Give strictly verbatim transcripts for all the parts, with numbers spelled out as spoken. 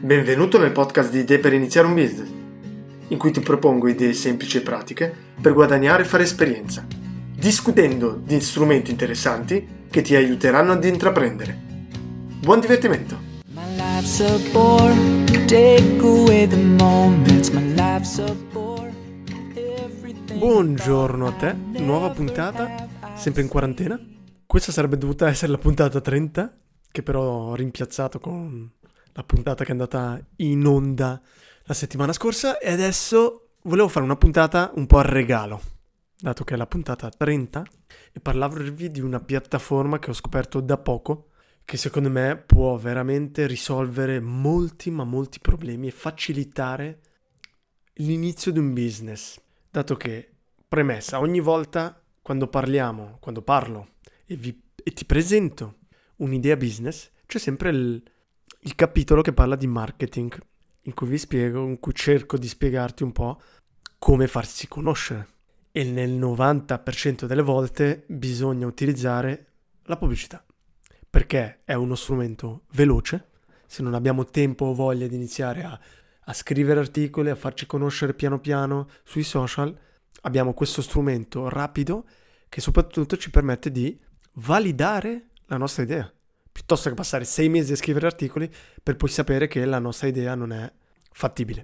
Benvenuto nel podcast di Idee per iniziare un business, in cui ti propongo idee semplici e pratiche per guadagnare e fare esperienza, discutendo di strumenti interessanti che ti aiuteranno ad intraprendere. Buon divertimento! Buongiorno a te, nuova puntata, sempre in quarantena. Questa sarebbe dovuta essere la puntata trenta, che però ho rimpiazzato con la puntata che è andata in onda la settimana scorsa, e adesso volevo fare una puntata un po' a regalo, dato che è la puntata trenta, e parlarvi di una piattaforma che ho scoperto da poco, che secondo me può veramente risolvere molti ma molti problemi e facilitare l'inizio di un business, dato che, premessa, ogni volta quando parliamo, quando parlo e, vi, e ti presento un'idea business, c'è sempre il il capitolo che parla di marketing, in cui vi spiego, in cui cerco di spiegarti un po' come farsi conoscere. E nel novanta per cento delle volte bisogna utilizzare la pubblicità, perché è uno strumento veloce. Se non abbiamo tempo o voglia di iniziare a, a scrivere articoli, a farci conoscere piano piano sui social, abbiamo questo strumento rapido che soprattutto ci permette di validare la nostra idea, piuttosto che passare sei mesi a scrivere articoli per poi sapere che la nostra idea non è fattibile.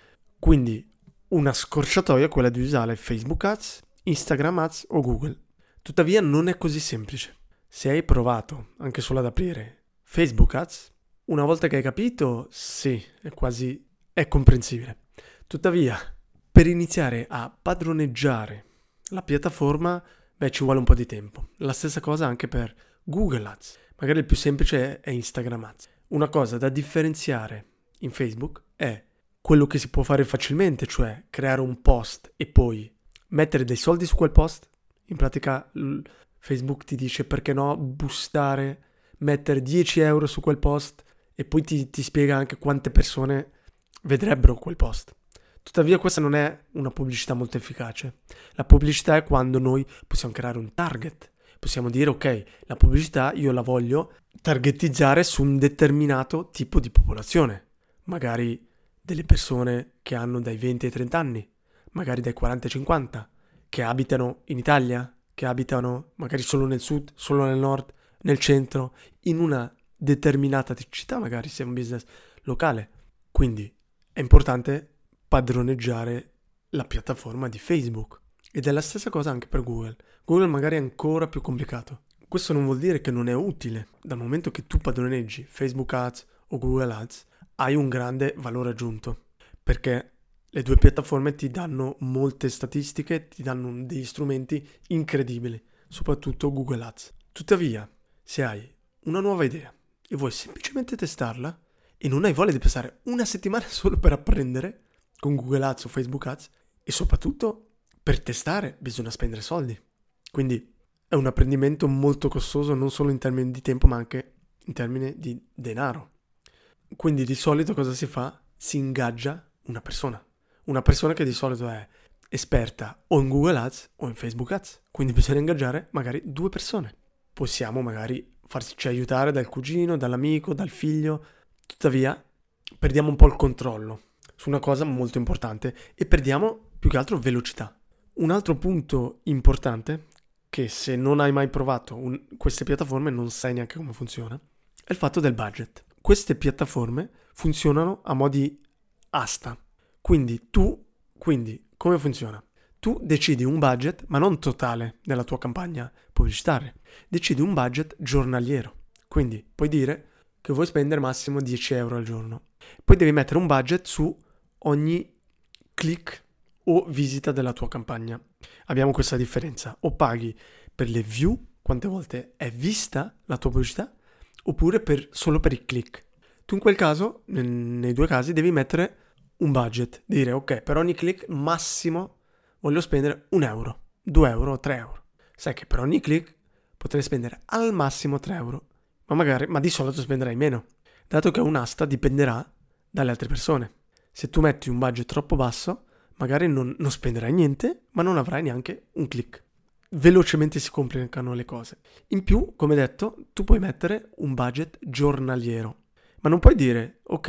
Quindi una scorciatoia è quella di usare Facebook Ads, Instagram Ads o Google. Tuttavia non è così semplice. Se hai provato anche solo ad aprire Facebook Ads, una volta che hai capito, sì, è quasi è comprensibile. Tuttavia, per iniziare a padroneggiare la piattaforma, beh, ci vuole un po' di tempo. La stessa cosa anche per Google Ads. Magari il più semplice è Instagram Ads. Una cosa da differenziare in Facebook è quello che si può fare facilmente, cioè creare un post e poi mettere dei soldi su quel post. In pratica Facebook ti dice, perché no, boostare, mettere dieci euro su quel post e poi ti, ti spiega anche quante persone vedrebbero quel post. Tuttavia questa non è una pubblicità molto efficace. La pubblicità è quando noi possiamo creare un target. Possiamo dire, ok, la pubblicità io la voglio targetizzare su un determinato tipo di popolazione. Magari delle persone che hanno dai venti ai trenta anni, magari dai quaranta ai cinquanta, che abitano in Italia, che abitano magari solo nel sud, solo nel nord, nel centro, in una determinata città, magari se è un business locale. Quindi è importante padroneggiare la piattaforma di Facebook. Ed è la stessa cosa anche per Google. Google magari è ancora più complicato. Questo non vuol dire che non è utile. Dal momento che tu padroneggi Facebook Ads o Google Ads, hai un grande valore aggiunto. Perché le due piattaforme ti danno molte statistiche, ti danno degli strumenti incredibili, soprattutto Google Ads. Tuttavia, se hai una nuova idea e vuoi semplicemente testarla e non hai voglia di passare una settimana solo per apprendere con Google Ads o Facebook Ads, e soprattutto per testare bisogna spendere soldi. Quindi è un apprendimento molto costoso, non solo in termini di tempo ma anche in termini di denaro. Quindi di solito cosa si fa? Si ingaggia una persona. Una persona che di solito è esperta o in Google Ads o in Facebook Ads. Quindi bisogna ingaggiare magari due persone. Possiamo magari farci aiutare dal cugino, dall'amico, dal figlio. Tuttavia perdiamo un po' il controllo su una cosa molto importante e perdiamo più che altro velocità. Un altro punto importante, che se non hai mai provato un, queste piattaforme non sai neanche come funziona, è il fatto del budget. Queste piattaforme funzionano a mo' di asta. Quindi tu, quindi come funziona? Tu decidi un budget, ma non totale della tua campagna pubblicitaria. Decidi un budget giornaliero. Quindi puoi dire che vuoi spendere massimo dieci euro al giorno. Poi devi mettere un budget su ogni click o visita della tua campagna. Abbiamo questa differenza: o paghi per le view, quante volte è vista la tua pubblicità, oppure per, solo per i click. Tu in quel caso, nei due casi, devi mettere un budget, dire ok, per ogni click massimo voglio spendere un euro, due euro o tre euro. Sai che per ogni click potrei spendere al massimo tre euro, ma magari, ma di solito spenderai meno, dato che un'asta dipenderà dalle altre persone. Se tu metti un budget troppo basso, magari non, non spenderai niente, ma non avrai neanche un click. Velocemente si complicano le cose. In più, come detto, tu puoi mettere un budget giornaliero. Ma non puoi dire, ok,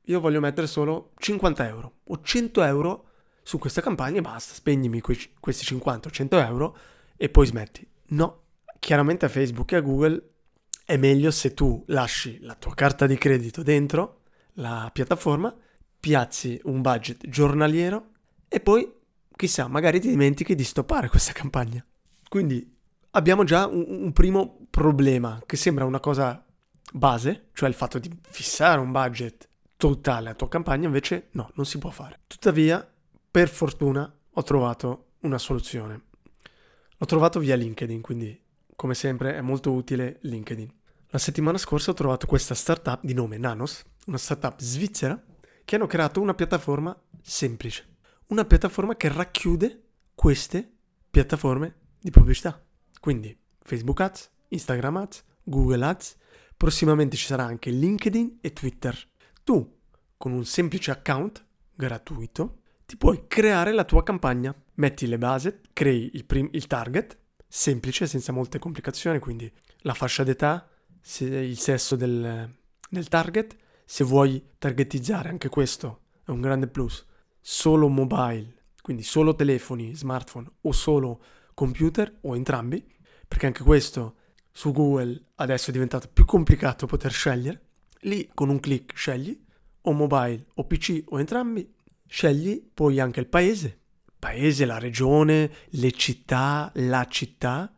io voglio mettere solo cinquanta euro o cento euro su questa campagna e basta, spegnimi que- questi cinquanta o cento euro e poi smetti. No, chiaramente a Facebook e a Google è meglio se tu lasci la tua carta di credito dentro la piattaforma, piazzi un budget giornaliero e poi, chissà, magari ti dimentichi di stoppare questa campagna. Quindi abbiamo già un, un primo problema che sembra una cosa base, cioè il fatto di fissare un budget totale alla tua campagna, invece no, non si può fare. Tuttavia, per fortuna, ho trovato una soluzione. L'ho trovato via LinkedIn, quindi come sempre è molto utile LinkedIn. La settimana scorsa ho trovato questa startup di nome Nanos, una startup svizzera, che hanno creato una piattaforma semplice. Una piattaforma che racchiude queste piattaforme di pubblicità. Quindi Facebook Ads, Instagram Ads, Google Ads, prossimamente ci sarà anche LinkedIn e Twitter. Tu, con un semplice account gratuito, ti puoi creare la tua campagna. Metti le basi, crei il, prim- il target, semplice, senza molte complicazioni, quindi la fascia d'età, se- il sesso del, del target. Se vuoi targetizzare, anche questo è un grande plus, solo mobile, quindi solo telefoni, smartphone o solo computer o entrambi, perché anche questo su Google adesso è diventato più complicato poter scegliere. Lì con un click scegli o mobile o P C o entrambi, scegli poi anche il paese, paese, la regione, le città, la città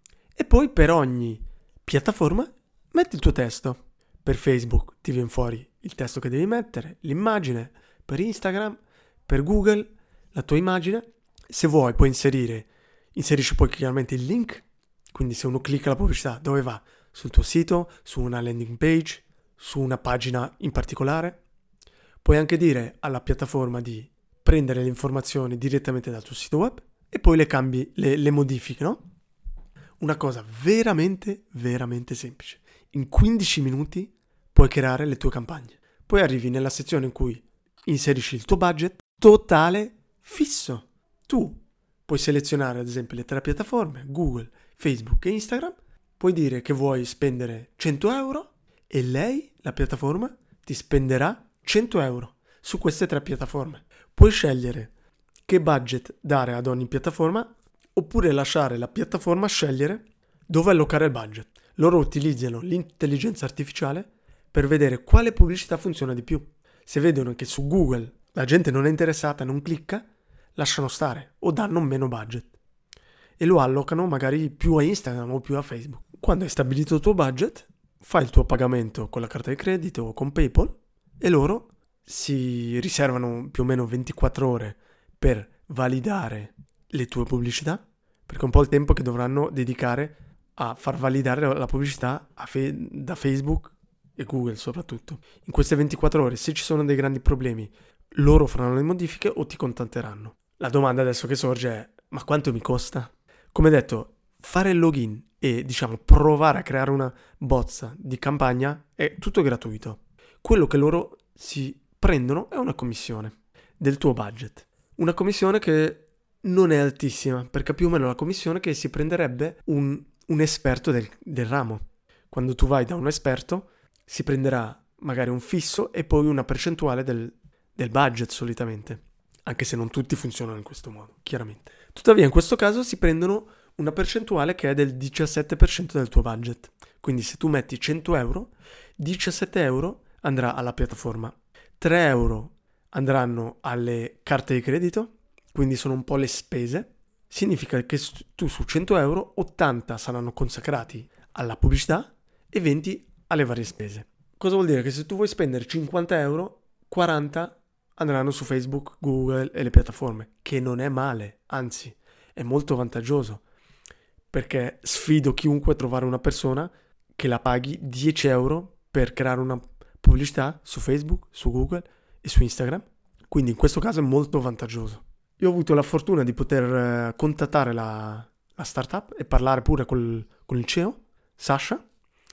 e poi per ogni piattaforma metti il tuo testo. Per Facebook ti viene fuori il testo che devi mettere, l'immagine, per Instagram, per Google, la tua immagine. Se vuoi puoi inserire, inserisci poi chiaramente il link, quindi se uno clicca la pubblicità dove va? Sul tuo sito, su una landing page, su una pagina in particolare. Puoi anche dire alla piattaforma di prendere le informazioni direttamente dal tuo sito web e poi le cambi, le, le modifichi, no? Una cosa veramente, veramente semplice. In quindici minuti puoi creare le tue campagne. Poi arrivi nella sezione in cui inserisci il tuo budget totale fisso. Tu puoi selezionare ad esempio le tre piattaforme, Google, Facebook e Instagram. Puoi dire che vuoi spendere cento euro e lei, la piattaforma, ti spenderà cento euro su queste tre piattaforme. Puoi scegliere che budget dare ad ogni piattaforma oppure lasciare la piattaforma scegliere dove allocare il budget. Loro utilizzano l'intelligenza artificiale per vedere quale pubblicità funziona di più. Se vedono che su Google la gente non è interessata, non clicca, lasciano stare o danno meno budget e lo allocano magari più a Instagram o più a Facebook. Quando hai stabilito il tuo budget, fai il tuo pagamento con la carta di credito o con PayPal e loro si riservano più o meno ventiquattro ore per validare le tue pubblicità, perché è un po' il tempo che dovranno dedicare a far validare la pubblicità a fe- da Facebook e Google soprattutto. In queste ventiquattro ore, se ci sono dei grandi problemi, loro faranno le modifiche o ti contatteranno. La domanda adesso che sorge è: ma quanto mi costa? Come detto, fare il login e diciamo provare a creare una bozza di campagna è tutto gratuito. Quello che loro si prendono è una commissione del tuo budget. Una commissione che non è altissima, perché più o meno la commissione che si prenderebbe un, un esperto del, del ramo. Quando tu vai da un esperto si prenderà magari un fisso e poi una percentuale del, del budget solitamente, anche se non tutti funzionano in questo modo, chiaramente. Tuttavia in questo caso si prendono una percentuale che è del diciassette per cento del tuo budget. Quindi se tu metti cento euro, diciassette euro andrà alla piattaforma, tre euro andranno alle carte di credito, quindi sono un po' le spese. Significa che tu su cento euro, ottanta saranno consacrati alla pubblicità e venti alle varie spese. Cosa vuol dire? Che se tu vuoi spendere cinquanta euro, quaranta andranno su Facebook, Google e le piattaforme, che non è male, anzi è molto vantaggioso, perché sfido chiunque a trovare una persona che la paghi dieci euro per creare una pubblicità su Facebook, su Google e su Instagram. Quindi in questo caso è molto vantaggioso. Io ho avuto la fortuna di poter eh, contattare la, la startup e parlare pure col, con il C E O, Sasha.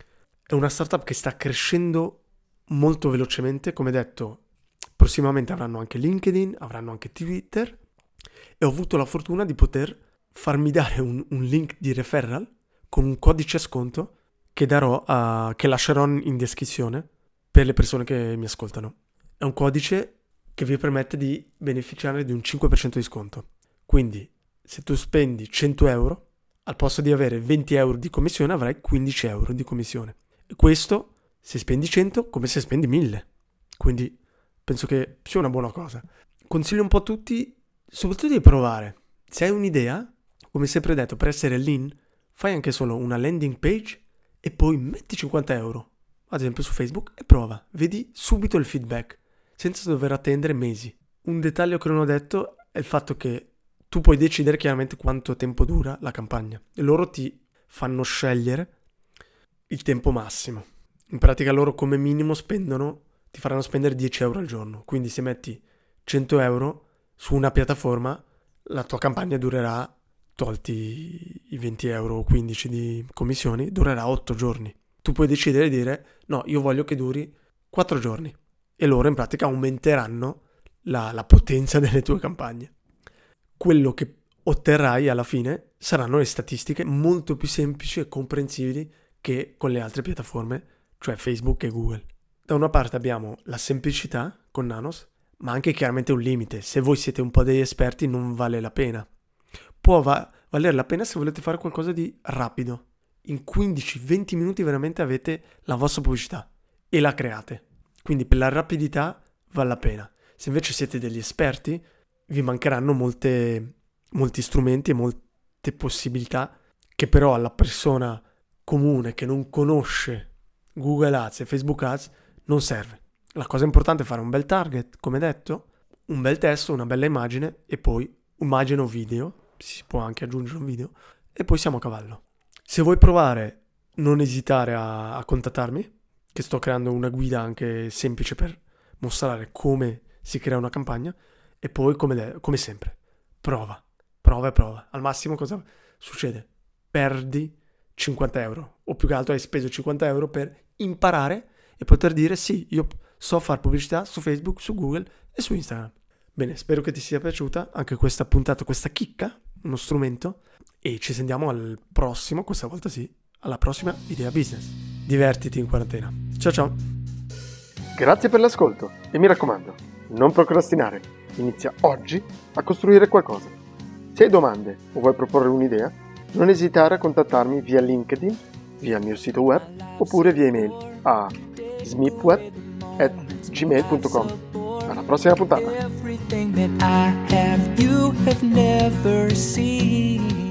È una startup che sta crescendo molto velocemente, come detto, prossimamente avranno anche LinkedIn, avranno anche Twitter e ho avuto la fortuna di poter farmi dare un, un link di referral con un codice sconto che darò a, che lascerò in descrizione per le persone che mi ascoltano. È è un codice che vi permette di beneficiare di un cinque per cento di sconto. Quindi se tu spendi cento euro, al posto di avere venti euro di commissione avrai quindici euro di commissione. E questo se spendi cento come se spendi mille. Quindi penso che sia una buona cosa. Consiglio un po' a tutti, soprattutto di provare. Se hai un'idea, come sempre detto, per essere lean, fai anche solo una landing page e poi metti cinquanta euro, ad esempio su Facebook, e prova. Vedi subito il feedback, senza dover attendere mesi. Un dettaglio che non ho detto è il fatto che tu puoi decidere chiaramente quanto tempo dura la campagna e loro ti fanno scegliere il tempo massimo. In pratica loro come minimo spendono, ti faranno spendere dieci euro al giorno. Quindi se metti cento euro su una piattaforma, la tua campagna durerà, tolti i venti euro o quindici di commissioni, durerà otto giorni. Tu puoi decidere di dire no, io voglio che duri quattro giorni e loro in pratica aumenteranno la, la potenza delle tue campagne. Quello che otterrai alla fine saranno le statistiche molto più semplici e comprensibili che con le altre piattaforme, cioè Facebook e Google. Da una parte abbiamo la semplicità con Nanos, ma anche chiaramente un limite. Se voi siete un po' degli esperti non vale la pena. Può va- valere la pena se volete fare qualcosa di rapido. In quindici venti minuti veramente avete la vostra pubblicità e la create. Quindi per la rapidità vale la pena. Se invece siete degli esperti, vi mancheranno molte, molti strumenti e molte possibilità che però alla persona comune che non conosce Google Ads e Facebook Ads non serve. La cosa importante è fare un bel target, come detto, un bel testo, una bella immagine e poi immagine o video, si può anche aggiungere un video, e poi siamo a cavallo. Se vuoi provare, non esitare a, a contattarmi, che sto creando una guida anche semplice per mostrare come si crea una campagna, e poi come, de- come sempre, prova, prova e prova. Al massimo cosa succede? Perdi cinquanta euro, o più che altro hai speso cinquanta euro per imparare e poter dire sì, io so fare pubblicità su Facebook, su Google e su Instagram. Bene, spero che ti sia piaciuta anche questa puntata, questa chicca, uno strumento, e ci sentiamo al prossimo, questa volta sì, alla prossima Idea Business. Divertiti in quarantena. Ciao ciao! Grazie per l'ascolto e mi raccomando, non procrastinare, inizia oggi a costruire qualcosa. Se hai domande o vuoi proporre un'idea, non esitare a contattarmi via LinkedIn, via il mio sito web oppure via email a smipweb at gmail punto com. Alla prossima puntata! Everything that I have, you have never seen.